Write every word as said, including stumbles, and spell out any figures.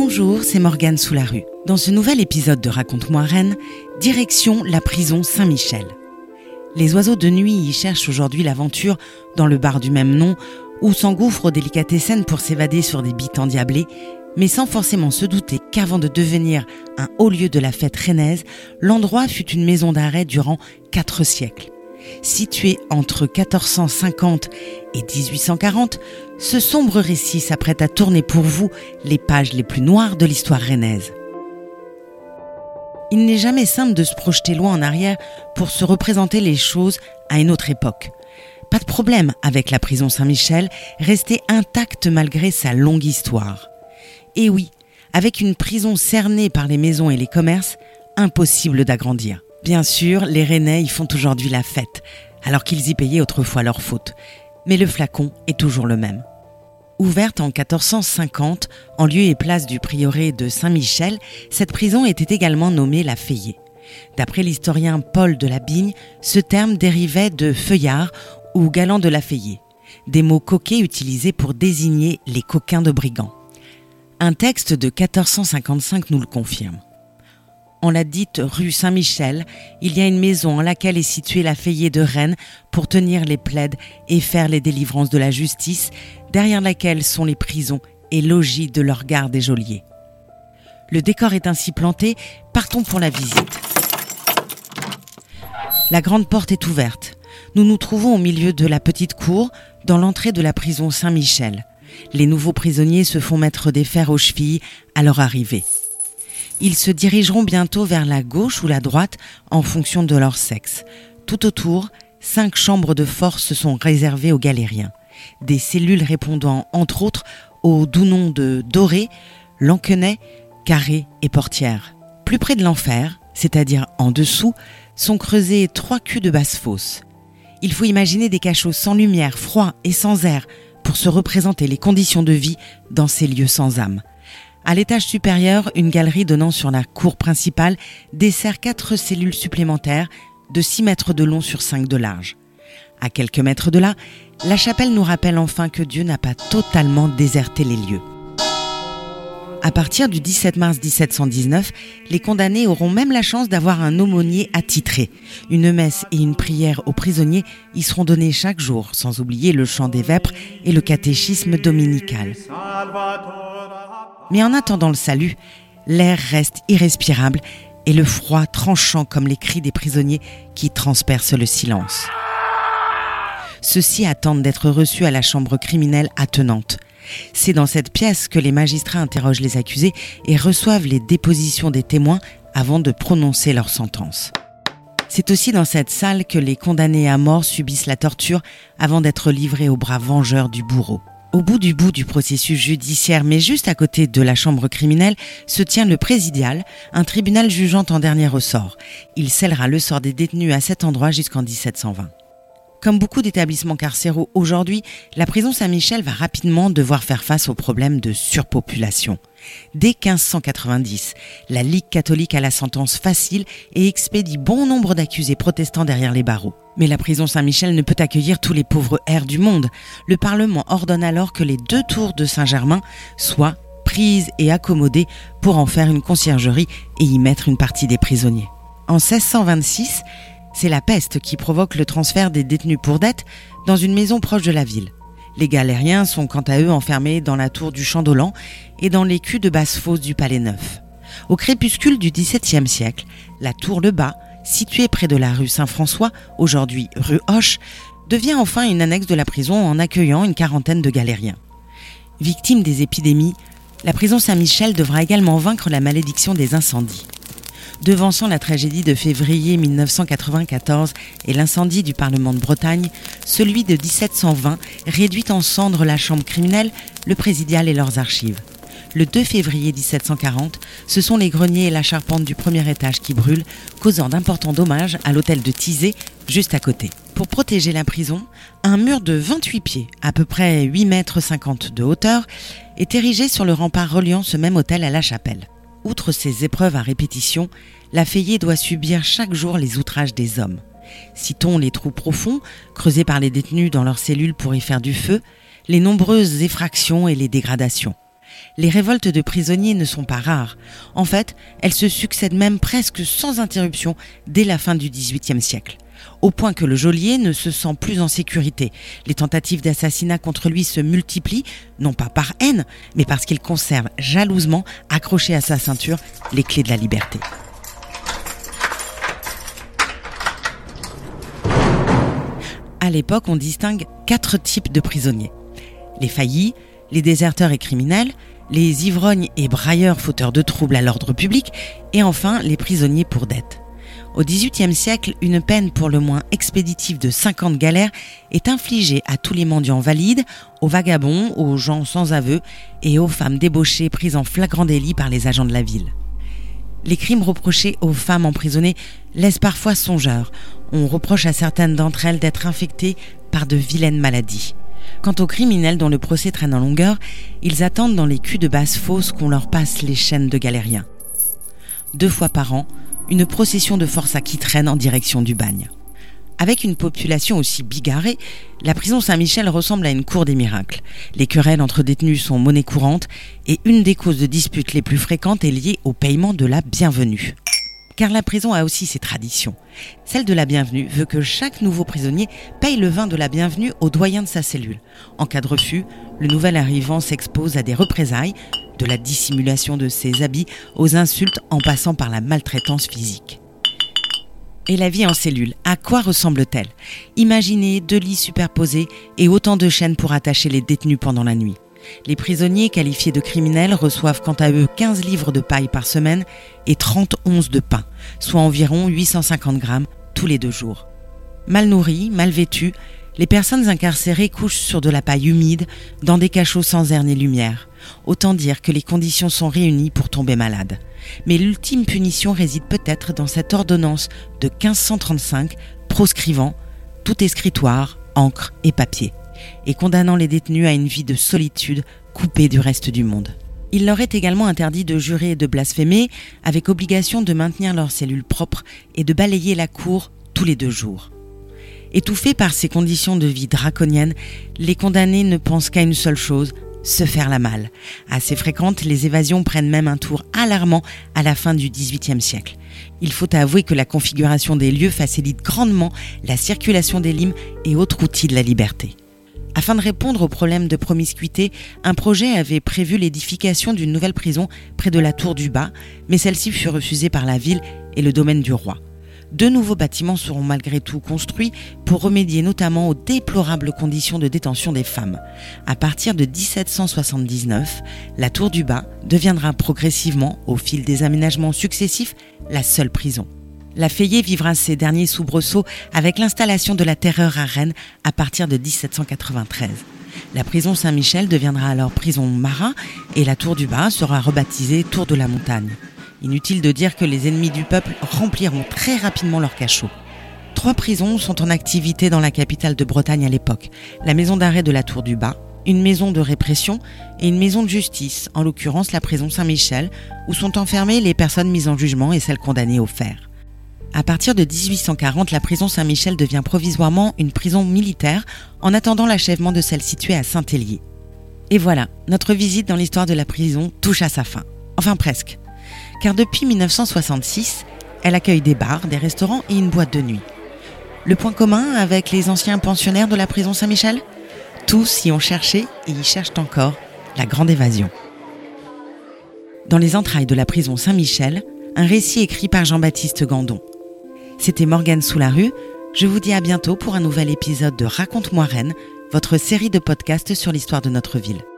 Bonjour, c'est Morgane Sous-la-Rue. Dans ce nouvel épisode de Raconte-moi Rennes, direction la prison Saint-Michel. Les oiseaux de nuit y cherchent aujourd'hui l'aventure dans le bar du même nom, où s'engouffrent aux délicatessen pour s'évader sur des bites endiablées, mais sans forcément se douter qu'avant de devenir un haut lieu de la fête rennaise, l'endroit fut une maison d'arrêt durant quatre siècles. Situé entre quatorze cent cinquante et dix-huit cent quarante, ce sombre récit s'apprête à tourner pour vous les pages les plus noires de l'histoire rennaise. Il n'est jamais simple de se projeter loin en arrière pour se représenter les choses à une autre époque. Pas de problème avec la prison Saint-Michel, restée intacte malgré sa longue histoire. Et oui, avec une prison cernée par les maisons et les commerces, impossible d'agrandir. Bien sûr, les Rennais y font aujourd'hui la fête, alors qu'ils y payaient autrefois leurs fautes. Mais le flacon est toujours le même. Ouverte en quatorze cent cinquante, en lieu et place du prieuré de Saint-Michel, cette prison était également nommée la Fayée. D'après l'historien Paul de la Bigne, ce terme dérivait de feuillard ou galant de la Fayée, des mots coquets utilisés pour désigner les coquins de brigands. Un texte de quatorze cent cinquante-cinq nous le confirme. En la dite rue Saint-Michel, il y a une maison en laquelle est située la Fayée de Rennes pour tenir les plaides et faire les délivrances de la justice, derrière laquelle sont les prisons et logis de leurs gardes et geôliers. Le décor est ainsi planté, partons pour la visite. La grande porte est ouverte. Nous nous trouvons au milieu de la petite cour, dans l'entrée de la prison Saint-Michel. Les nouveaux prisonniers se font mettre des fers aux chevilles à leur arrivée. Ils se dirigeront bientôt vers la gauche ou la droite en fonction de leur sexe. Tout autour, cinq chambres de force sont réservées aux galériens. Des cellules répondant entre autres aux doux noms de Doré, Lanquenay, Carré et Portière. Plus près de l'enfer, c'est-à-dire en dessous, sont creusés trois culs de basse-fosse. Il faut imaginer des cachots sans lumière, froids et sans air pour se représenter les conditions de vie dans ces lieux sans âme. À l'étage supérieur, une galerie donnant sur la cour principale dessert quatre cellules supplémentaires de six mètres de long sur cinq de large. À quelques mètres de là, la chapelle nous rappelle enfin que Dieu n'a pas totalement déserté les lieux. À partir du dix-sept mars dix-sept cent dix-neuf, les condamnés auront même la chance d'avoir un aumônier attitré. Une messe et une prière aux prisonniers y seront données chaque jour, sans oublier le chant des vêpres et le catéchisme dominical. Mais en attendant le salut, l'air reste irrespirable et le froid tranchant comme les cris des prisonniers qui transpercent le silence. Ceux-ci attendent d'être reçus à la chambre criminelle attenante. C'est dans cette pièce que les magistrats interrogent les accusés et reçoivent les dépositions des témoins avant de prononcer leur sentence. C'est aussi dans cette salle que les condamnés à mort subissent la torture avant d'être livrés aux bras vengeurs du bourreau. Au bout du bout du processus judiciaire, mais juste à côté de la chambre criminelle, se tient le présidial, un tribunal jugeant en dernier ressort. Il scellera le sort des détenus à cet endroit jusqu'en dix-sept cent vingt. Comme beaucoup d'établissements carcéraux aujourd'hui, la prison Saint-Michel va rapidement devoir faire face au problème de surpopulation. Dès quinze cent quatre-vingt-dix, la Ligue catholique a la sentence facile et expédie bon nombre d'accusés protestants derrière les barreaux. Mais la prison Saint-Michel ne peut accueillir tous les pauvres airs du monde. Le Parlement ordonne alors que les deux tours de Saint-Germain soient prises et accommodées pour en faire une conciergerie et y mettre une partie des prisonniers. En seize cent vingt-six, c'est la peste qui provoque le transfert des détenus pour dette dans une maison proche de la ville. Les galériens sont quant à eux enfermés dans la tour du Champ-Dolent et dans les culs de basse-fosse du Palais Neuf. Au crépuscule du dix-septième siècle, la tour Le Bas, située près de la rue Saint-François, aujourd'hui rue Hoche, devient enfin une annexe de la prison en accueillant une quarantaine de galériens. Victime des épidémies, la prison Saint-Michel devra également vaincre la malédiction des incendies. Devançant la tragédie de février mille neuf cent quatre-vingt-quatorze et l'incendie du Parlement de Bretagne, celui de dix-sept cent vingt réduit en cendres la chambre criminelle, le présidial et leurs archives. Le deux février dix-sept cent quarante, ce sont les greniers et la charpente du premier étage qui brûlent, causant d'importants dommages à l'hôtel de Thizay, juste à côté. Pour protéger la prison, un mur de vingt-huit pieds, à peu près huit mètres cinquante de hauteur, est érigé sur le rempart reliant ce même hôtel à la chapelle. Outre ces épreuves à répétition, la Fayée doit subir chaque jour les outrages des hommes. Citons les trous profonds, creusés par les détenus dans leurs cellules pour y faire du feu, les nombreuses effractions et les dégradations. Les révoltes de prisonniers ne sont pas rares. En fait, elles se succèdent même presque sans interruption dès la fin du dix-huitième siècle. Au point que le geôlier ne se sent plus en sécurité. Les tentatives d'assassinat contre lui se multiplient, non pas par haine, mais parce qu'il conserve jalousement, accrochées à sa ceinture, les clés de la liberté. À l'époque, on distingue quatre types de prisonniers. Les faillis, les déserteurs et criminels, les ivrognes et brailleurs fauteurs de troubles à l'ordre public, et enfin les prisonniers pour dette. Au dix-huitième siècle, une peine pour le moins expéditive de cinquante galères est infligée à tous les mendiants valides, aux vagabonds, aux gens sans aveu et aux femmes débauchées prises en flagrant délit par les agents de la ville. Les crimes reprochés aux femmes emprisonnées laissent parfois songeur. On reproche à certaines d'entre elles d'être infectées par de vilaines maladies. Quant aux criminels dont le procès traîne en longueur, ils attendent dans les culs de basse-fosse qu'on leur passe les chaînes de galériens. Deux fois par an, une procession de forçats qui traîne en direction du bagne. Avec une population aussi bigarrée, la prison Saint-Michel ressemble à une cour des miracles. Les querelles entre détenus sont monnaie courante et une des causes de disputes les plus fréquentes est liée au paiement de la bienvenue. Car la prison a aussi ses traditions. Celle de la bienvenue veut que chaque nouveau prisonnier paye le vin de la bienvenue au doyen de sa cellule. En cas de refus, le nouvel arrivant s'expose à des représailles, de la dissimulation de ses habits aux insultes en passant par la maltraitance physique. Et la vie en cellule, à quoi ressemble-t-elle ? Imaginez deux lits superposés et autant de chaînes pour attacher les détenus pendant la nuit. Les prisonniers qualifiés de criminels reçoivent quant à eux quinze livres de paille par semaine et trente onces de pain, soit environ huit cent cinquante grammes tous les deux jours. Mal nourris, mal vêtus, les personnes incarcérées couchent sur de la paille humide, dans des cachots sans air ni lumière. Autant dire que les conditions sont réunies pour tomber malade. Mais l'ultime punition réside peut-être dans cette ordonnance de quinze cent trente-cinq proscrivant tout escritoire, encre et papier, et condamnant les détenus à une vie de solitude coupée du reste du monde. Il leur est également interdit de jurer et de blasphémer, avec obligation de maintenir leurs cellules propres et de balayer la cour tous les deux jours. Étouffés par ces conditions de vie draconiennes, les condamnés ne pensent qu'à une seule chose, se faire la malle. Assez fréquentes, les évasions prennent même un tour alarmant à la fin du dix-huitième siècle. Il faut avouer que la configuration des lieux facilite grandement la circulation des limes et autres outils de la liberté. Afin de répondre au problème de promiscuité, un projet avait prévu l'édification d'une nouvelle prison près de la Tour du Bas, mais celle-ci fut refusée par la ville et le domaine du roi. Deux nouveaux bâtiments seront malgré tout construits pour remédier notamment aux déplorables conditions de détention des femmes. À partir de dix-sept cent soixante-dix-neuf, la Tour du Bas deviendra progressivement, au fil des aménagements successifs, la seule prison. La Fayet vivra ses derniers soubresauts avec l'installation de la Terreur à Rennes à partir de dix-sept cent quatre-vingt-treize. La prison Saint-Michel deviendra alors prison Marat et la Tour du Bas sera rebaptisée Tour de la Montagne. Inutile de dire que les ennemis du peuple rempliront très rapidement leurs cachots. Trois prisons sont en activité dans la capitale de Bretagne à l'époque. La maison d'arrêt de la Tour du Bas, une maison de répression et une maison de justice, en l'occurrence la prison Saint-Michel, où sont enfermées les personnes mises en jugement et celles condamnées au fer. À partir de dix-huit cent quarante, la prison Saint-Michel devient provisoirement une prison militaire en attendant l'achèvement de celle située à Saint-Hélier. Et voilà, notre visite dans l'histoire de la prison touche à sa fin. Enfin presque. Car depuis mille neuf cent soixante-six, elle accueille des bars, des restaurants et une boîte de nuit. Le point commun avec les anciens pensionnaires de la prison Saint-Michel ? Tous y ont cherché et y cherchent encore la grande évasion. Dans les entrailles de la prison Saint-Michel, un récit écrit par Jean-Baptiste Gandon. C'était Morgane Soularue. Je vous dis à bientôt pour un nouvel épisode de Raconte-moi Rennes, votre série de podcasts sur l'histoire de notre ville.